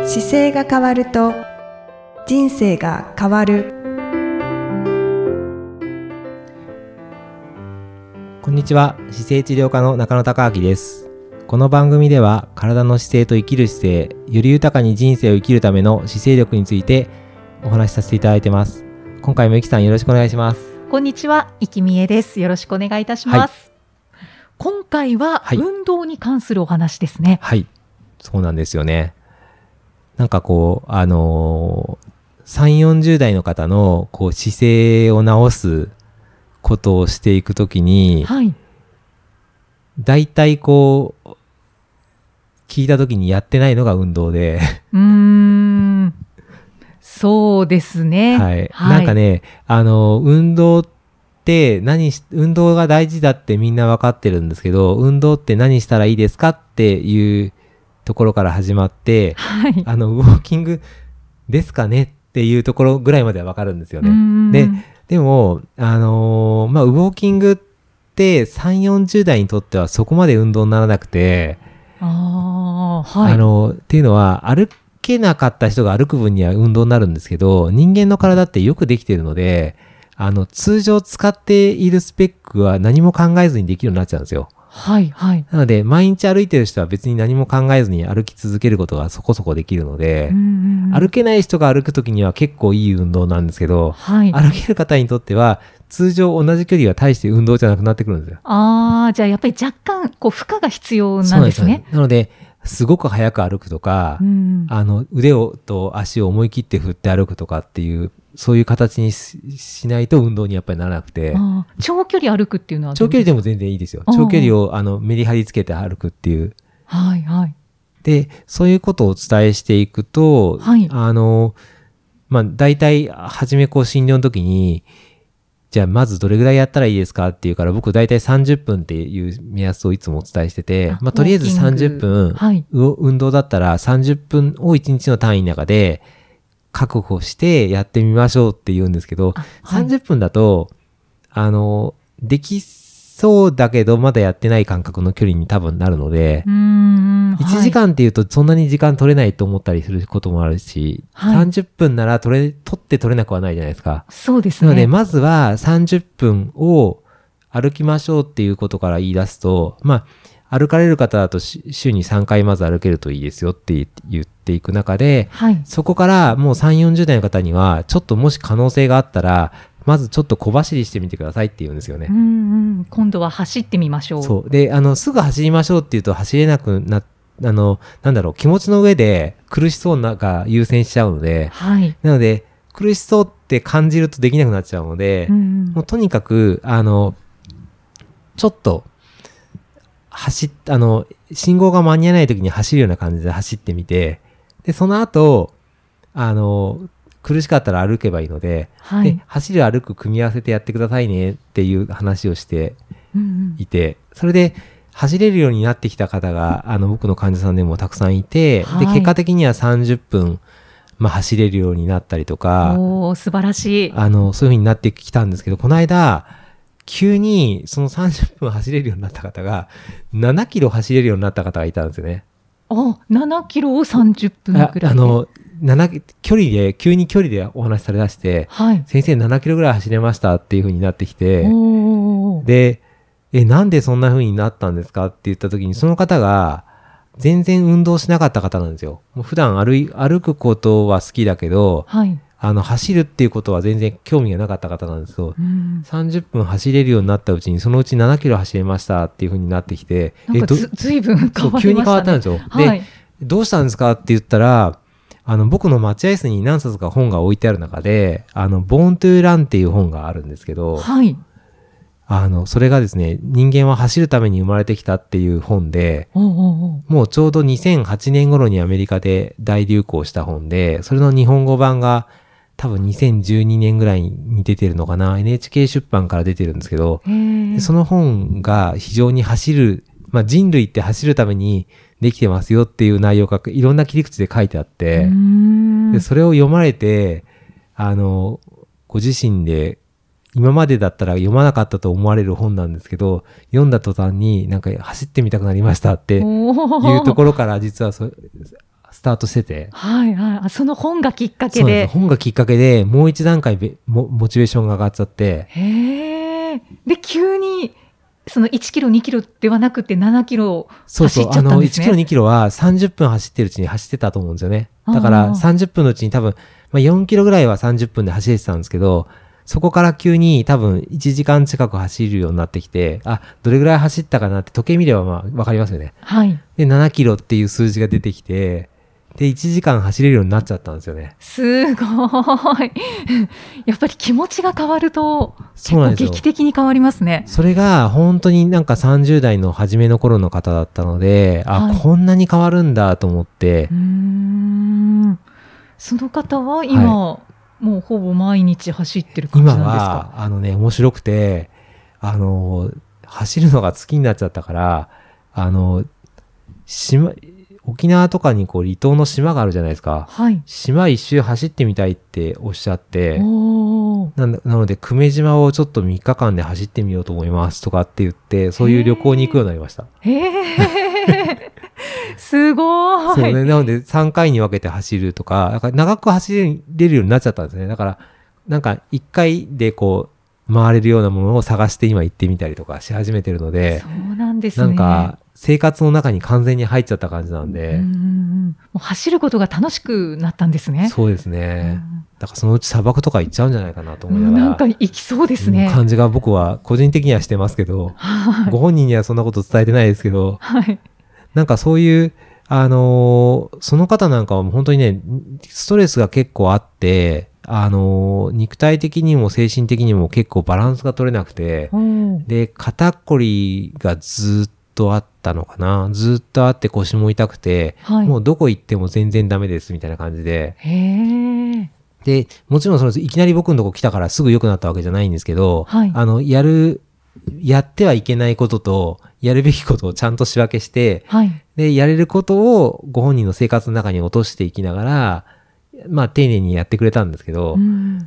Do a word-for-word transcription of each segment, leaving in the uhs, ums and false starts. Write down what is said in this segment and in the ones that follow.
姿勢が変わると人生が変わる。 こんにちは、姿勢治療科の中野孝明です。この番組では体の姿勢と生きる姿勢、より豊かに人生を生きるための姿勢力についてお話しさせていただいてます。今回もいきさんよろしくお願いします。 こんにちは、いきみえです。よろしくお願いいたします。はい、今回は運動に関するお話ですね。 はい、はい、そうなんですよね。なんかこう、あのー、さんじゅう、よんじゅう代の方のこう姿勢を直すことをしていくときに、はい、だいたいこう聞いたときにやってないのが運動でうーんそうですね、 はいはい、なんかね、あの運動って何し運動が大事だってみんな分かってるんですけど、運動って何したらいいですかっていうところから始まって、はい、あのウォーキングですかねっていうところぐらいまでは分かるんですよね。ででも、あのー、まあ、ウォーキングってさんじゅう、よんじゅう代にとってはそこまで運動にならなくて、あ、はい、あのー、っていうのは歩けなかった人が歩く分には運動になるんですけど、人間の体ってよくできているので、あの通常使っているスペックは何も考えずにできるようになっちゃうんですよ。はいはい。なので毎日歩いてる人は別に何も考えずに歩き続けることがそこそこできるので、うんうん、歩けない人が歩くときには結構いい運動なんですけど、はい、歩ける方にとっては通常同じ距離は大して運動じゃなくなってくるんですよ。 ああ、じゃあやっぱり若干こう負荷が必要なんですね。 なのですごく速く歩くとか、うん、あの腕をと足を思い切って振って歩くとかっていうそういう形に し, しないと運動にやっぱりならなくて、 あ、長距離歩くっていうのは長距離でも全然いいですよ。長距離をあのメリハリつけて歩くっていう、はいはい、でそういうことをお伝えしていくと、はい、あのまあ大体初めこう診療の時にじゃあまずどれぐらいやったらいいですかっていうから、僕大体さんじゅっぷんっていう目安をいつもお伝えしてて、まあとりあえずさんじゅっぷん、はい、運動だったらさんじゅっぷんをいちにちの単位の中で確保してやってみましょうって言うんですけど、はい、さんじゅっぷんだとあのできそうだけどまだやってない感覚の距離に多分なるので、うーん、いちじかんっていうとそんなに時間取れないと思ったりすることもあるし、はい、さんじゅっぷんなら取れ取って取れなくはないじゃないですか。 そうですね。 なのでまずはさんじゅっぷんを歩きましょうっていうことから言い出すと、まあ歩かれる方だと週にさんかいまず歩けるといいですよって言っていく中で、はい、そこからもうさんじゅう、よんじゅう代の方にはちょっともし可能性があったらまずちょっと小走りしてみてくださいって言うんですよね。 うんうん、今度は走ってみましょう。 そうで、あのすぐ走りましょうって言うと走れなくなあのなんだろう気持ちの上で苦しそうなが優先しちゃうので、はい、なので苦しそうって感じるとできなくなっちゃうので、うんうん、もうとにかくあのちょっと走っあの信号が間に合わない時に走るような感じで走ってみて、でその後あの苦しかったら歩けばいいので、はい、で走る歩く組み合わせてやってくださいねっていう話をしていて、うんうん、それで走れるようになってきた方があの僕の患者さんでもたくさんいて、はい、で結果的にはさんじゅっぷん、まあ、走れるようになったりとか、 お素晴らしい、 あのそういう風になってきたんですけど、この間急にそのさんじゅっぷん走れるようになった方がななキロ走れるようになった方がいたんですよね。 あ、ななキロをさんじゅっぷんくらいで、あのなな距離で急に距離でお話しされだして、はい、先生ななキロぐらい走れましたっていう風になってきて、でえなんでそんな風になったんですかって言った時に、その方が全然運動しなかった方なんですよ。もう普段歩い歩くことは好きだけど、はい、あの走るっていうことは全然興味がなかった方なんですよ。うん、さんじゅっぷん走れるようになったうちにそのうちななキロ走れましたっていう風になってきて、 なんかずずいぶん変わりましたね。 急に変わったんですよ。はい、でどうしたんですかって言ったら、あの僕の待合室に何冊か本が置いてある中で、あの Born to Run っていう本があるんですけど、はい、あのそれがですね、人間は走るために生まれてきたっていう本で、おうおうおう、もうちょうどにせんはちねん頃にアメリカで大流行した本で、それの日本語版が多分にせんじゅうにねんぐらいに出てるのかな、 エヌエイチケー 出版から出てるんですけど、その本が非常に走る、まあ、人類って走るためにできてますよっていう内容がいろんな切り口で書いてあって、でそれを読まれて、あのご自身で今までだったら読まなかったと思われる本なんですけど、読んだ途端になんか走ってみたくなりましたっていうところから実はそスタートしてて。 はいはい。あ、その本がきっかけで。 そうです。本がきっかけでもう一段階べモモチベーションが上がっちゃって。 へえ。で、急に、そのいちキロ、にキロではなくてななキロ走っちゃったんですね。そうそう。あの、 いちキロ、にキロはさんじゅっぷん走ってるうちに走ってたと思うんですよね。だからさんじゅっぷんのうちに多分、まあ、よんキロぐらいはさんじゅっぷんで走れてたんですけど、そこから急に多分いちじかん近く走るようになってきて、あ、どれぐらい走ったかなって時計見ればまあわかりますよね。 はい。 で、ななキロっていう数字が出てきて、で、いちじかん走れるようになっちゃったんですよね。 すごい。やっぱり気持ちが変わると、 そうなんですよ。 結構劇的に変わりますね。 それが本当になんかさんじゅう代の初めの頃の方だったので、あ、はい、こんなに変わるんだと思って。 うーん。その方は今、はい、もうほぼ毎日走ってる感じなんですか？ 今は、あのね、面白くて、あの、走るのが好きになっちゃったから、あの、島、沖縄とかにこう離島の島があるじゃないですか。 はい。 島一周走ってみたいっておっしゃって、 おな, なので、久米島をちょっとみっかかんで走ってみようと思いますとかって言って、そういう旅行に行くようになりました。 へえ。すごい。 そうね。なので、さんかいに分けて走るとか、だから長く走れるようになっちゃったんですね。だから、なんかいっかいでこう、回れるようなものを探して今行ってみたりとかし始めてるので、 そうなんですね。 なんか、生活の中に完全に入っちゃった感じなんで。 うん、もう走ることが楽しくなったんですね。 そうですね。だからそのうち砂漠とか行っちゃうんじゃないかなと思いながら。 なんか行きそうですね。 感じが僕は個人的にはしてますけど、はい、ご本人にはそんなこと伝えてないですけど、 はい、 なんかそういう、あのー、その方なんかは本当にね、ストレスが結構あって、あのー、肉体的にも精神的にも結構バランスが取れなくて、で、肩こりがずっとあったのかな。ずっとあって腰も痛くて、はい、もうどこ行っても全然ダメですみたいな感じで。 へー。 で、もちろんそのいきなり僕のとこ来たからすぐ良くなったわけじゃないんですけど、はい、あの、やる、やってはいけないことと、やるべきことをちゃんと仕分けして、はい、で、やれることをご本人の生活の中に落としていきながら、まあ、丁寧にやってくれたんですけど、うん、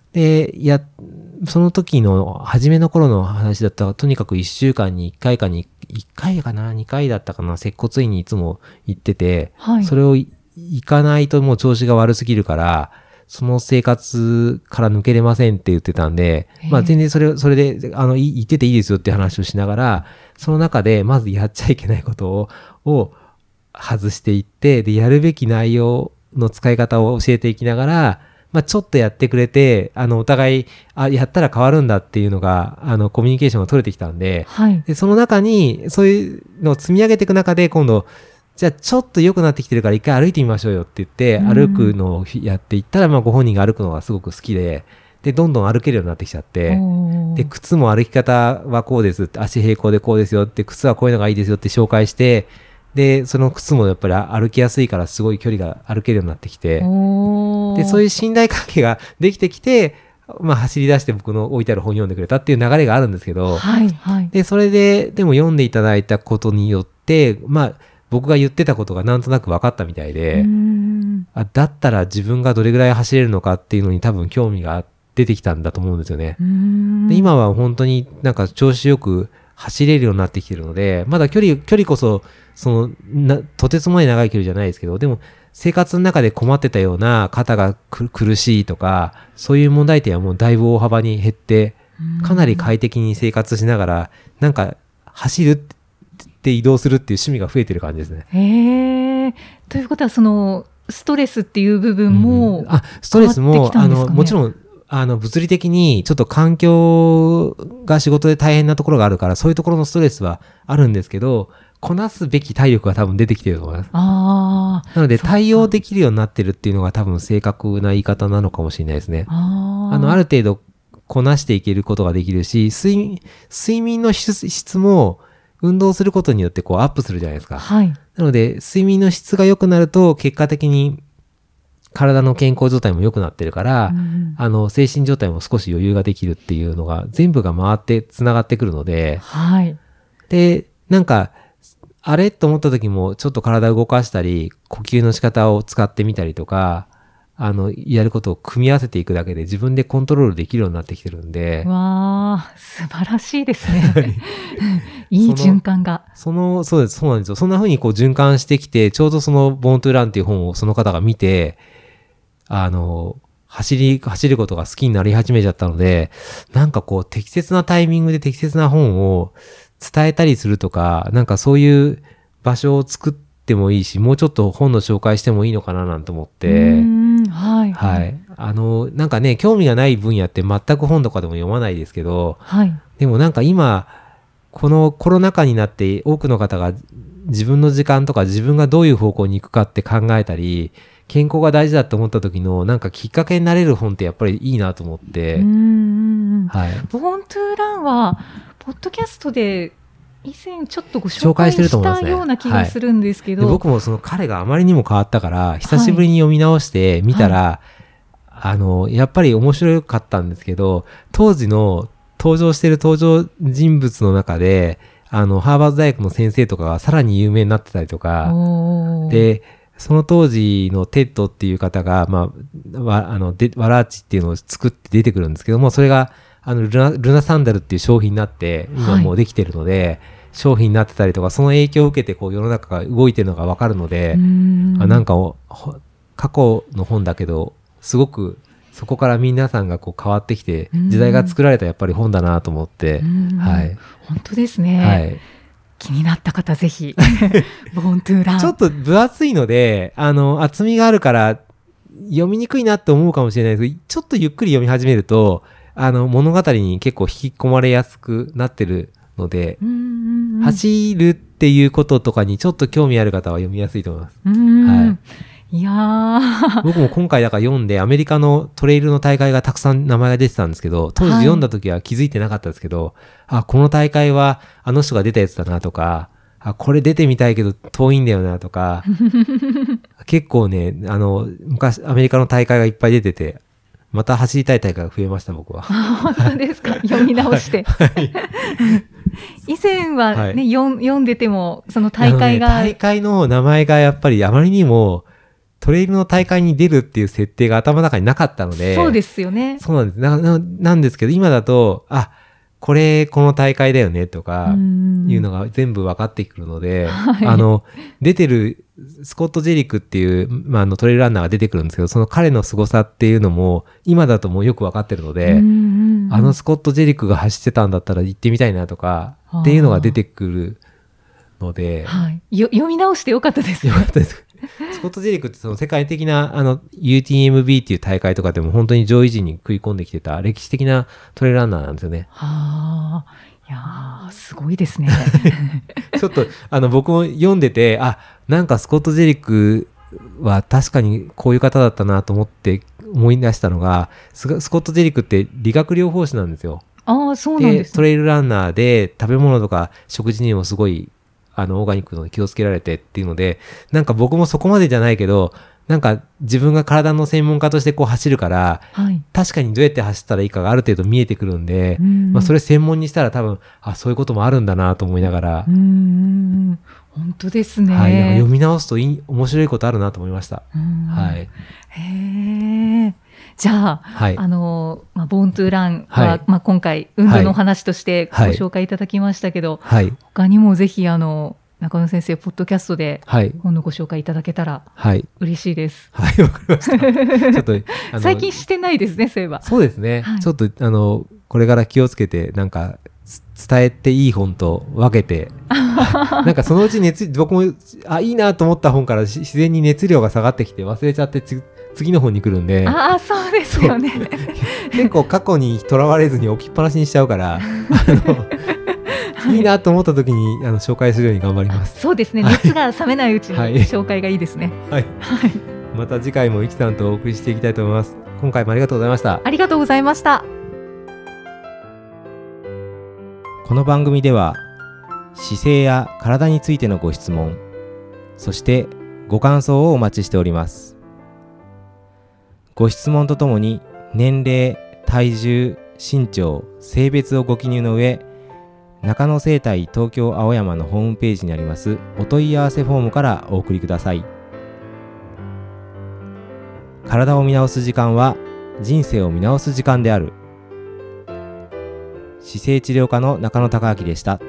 で、や、その時の初めの頃の話だったら、とにかくいっしゅうかんにいっかいかに、いっかいかな、にかいだったかな、接骨院にいつも行ってて、はい、それを行かないともう調子が悪すぎるから、その生活から抜けれませんって言ってたんで、まあ全然それ、それで、あの、言ってていいですよって話をしながら、その中でまずやっちゃいけないことを、を外していって、で、やるべき内容の使い方を教えていきながら、まあちょっとやってくれて、あの、お互い、あ、やったら変わるんだっていうのが、あの、コミュニケーションが取れてきたんで、はい、で、その中に、そういうのを積み上げていく中で、今度、じゃあちょっと良くなってきてるから一回歩いてみましょうよって言って、歩くのをやっていったら、まあご本人が歩くのがすごく好きで、で、どんどん歩けるようになってきちゃって、で、靴も歩き方はこうですって、足平行でこうですよって、靴はこういうのがいいですよって紹介して、で、その靴もやっぱり歩きやすいからすごい距離が歩けるようになってきて、で、そういう信頼関係ができてきて、まあ走り出して僕の置いてある本読んでくれたっていう流れがあるんですけど、 はいはい、 で、それで、でも読んでいただいたことによって、まあ、僕が言ってたことがなんとなく分かったみたいで、あ、だったら自分がどれぐらい走れるのかっていうのに多分興味が出てきたんだと思うんですよね。で、今は本当になんか調子よく走れるようになってきてるので、まだ距離、距離こそ、そのな、とてつもない長い距離じゃないですけど、でも生活の中で困ってたような肩が苦しいとか、そういう問題点はもうだいぶ大幅に減って、かなり快適に生活しながら、なんか走るってで移動するっていう趣味が増えてる感じですね。 へー。ということはそのストレスっていう部分も、うん、 あストレスもあのもちろんあの物理的にちょっと環境が仕事で大変なところがあるからそういうところのストレスはあるんですけど、こなすべき体力が多分出てきてると思います。 あなので対応できるようになってるっていうのが多分正確な言い方なのかもしれないですね。 ああのある程度こなしていけることができるし、睡、睡眠の質、質も運動することによってこうアップするじゃないですか。 はい。 なので、睡眠の質が良くなると、結果的に体の健康状態も良くなってるから、うん、あの、精神状態も少し余裕ができるっていうのが、全部が回って繋がってくるので、 はい。 で、なんか、あれと思った時も、ちょっと体を動かしたり、呼吸の仕方を使ってみたりとか、 あの、やることを組み合わせていくだけで自分でコントロールできるようになってきてるんで。 わー、素晴らしいですね。いい循環が。 その、そうです、そうなんですよ。そんな風にこう循環してきて、ちょうどその、ボーントゥーランっていう本をその方が見て、あの、走り、走ることが好きになり始めちゃったので、なんかこう、適切なタイミングで適切な本を伝えたりするとか、なんかそういう場所を作ってもいいし、もうちょっと本の紹介してもいいのかななんて思って、 はい、 はい。あの、なんかね、興味がない分野って全く本とかでも読まないですけど、 はい、 でもなんか今、このコロナ禍になって多くの方が自分の時間とか自分がどういう方向に行くかって考えたり、健康が大事だと思った時のなんかきっかけになれる本ってやっぱりいいなと思って。うん、 はい。ボーントゥーランは、ポッドキャストで以前ちょっとご紹介したような気がするんですけど、 はい、僕もその彼があまりにも変わったから久しぶりに読み直して見たら、はい、あのやっぱり面白かったんですけど、当時の登場している登場人物の中であのハーバード大学の先生とかがさらに有名になってたりとかで、その当時のテッドっていう方が、まあ、わあのでワラーチっていうのを作って出てくるんですけども、それがあのルナ、ルナサンダルっていう商品になって今もうできてるので、はい、商品になってたりとか、その影響を受けてこう世の中が動いてるのが分かるので、んあなんか過去の本だけどすごくそこから皆さんがこう変わってきて時代が作られたやっぱり本だなと思って、はい、 本当ですね、はい、気になった方ぜひボーントゥーラン。 ちょっと分厚いのであの厚みがあるから読みにくいなって思うかもしれないですけど、ちょっとゆっくり読み始めるとあの物語に結構引き込まれやすくなってるので、うんうんうん、走るっていうこととかにちょっと興味ある方は読みやすいと思います。 うんはい、いやー僕も今回だから読んでアメリカのトレイルの大会がたくさん名前が出てたんですけど、当時読んだ時は気づいてなかったですけど、はい、あこの大会はあの人が出たやつだなとか、あこれ出てみたいけど遠いんだよなとか結構ねあの昔アメリカの大会がいっぱい出てて、また走りたい大会が増えました僕は。 本当ですか読み直して、はいはい、以前は、ねはい、読んでてもその大会が、 ね、大会の名前がやっぱりあまりにもトレイルの大会に出るっていう設定が頭の中になかったので。 そうですよね。 そうなんです。な、な、なんですけど今だとあこれこの大会だよねとかいうのが全部分かってくるので、はい、あの出てるスコット・ジェリクっていう、まあ、あのトレイルランナーが出てくるんですけど、その彼の凄さっていうのも今だともうよく分かってるので、あのスコット・ジェリクが走ってたんだったら行ってみたいなとかっていうのが出てくるので、 はい、よ読み直してよかったですね。 よかったです。スコット・ジェリクってその世界的なあの ユーティーエムビー っていう大会とかでも本当に上位陣に食い込んできてた歴史的なトレイルランナーなんですよね。 はあ、いやーすごいですね。 ちょっとあの僕も読んでて、あなんかスコット・ジェリクは確かにこういう方だったなと思って思い出したのが、スコット・ジェリクって理学療法士なんですよ。 ああそうなんですね。 でトレイルランナーで食べ物とか食事にもすごいあのオーガニックの気をつけられてっていうので、なんか僕もそこまでじゃないけどなんか自分が体の専門家としてこう走るから、はい、確かにどうやって走ったらいいかがある程度見えてくるんで、うんまあ、それ専門にしたら多分あそういうこともあるんだなと思いながら、 うん本当ですね、 はい、読み直すといい面白いことあるなと思いました。はい、 へえ。じゃあ、はい、あの、まあ、ボーントゥーランは、 はいまあ、今回運動の話としてご紹介いただきましたけど、はい、他にもぜひあの中野先生ポッドキャストで今度ご紹介いただけたら嬉しいです。 はい、わ、はい、かりました。ちょっとあの最近してないですね、そういえば。 そうですね。はい、ちょっとあのこれから気をつけてなんか伝えていい本と分けてなんかそのうち熱僕もあいいなと思った本から自然に熱量が下がってきて忘れちゃってつ次の本に来るんで。 ああそうですよね。 結構過去にとらわれずに置きっぱなしにしちゃうからあのいいなと思った時にあの紹介するように頑張ります。 そうですね、熱が冷めないうちに紹介がいいですね。 はい、はい、また次回もいきさんとお送りしていきたいと思います。今回もありがとうございました。 ありがとうございました。 この番組では姿勢や体についてのご質問、そしてご感想をお待ちしております。ご質問とともに年齢、体重、身長、性別をご記入の上、中野生態東京青山のホームページにありますお問い合わせフォームからお送りください。 体を見直す時間は人生を見直す時間である。姿勢治療科の中野孝明でした。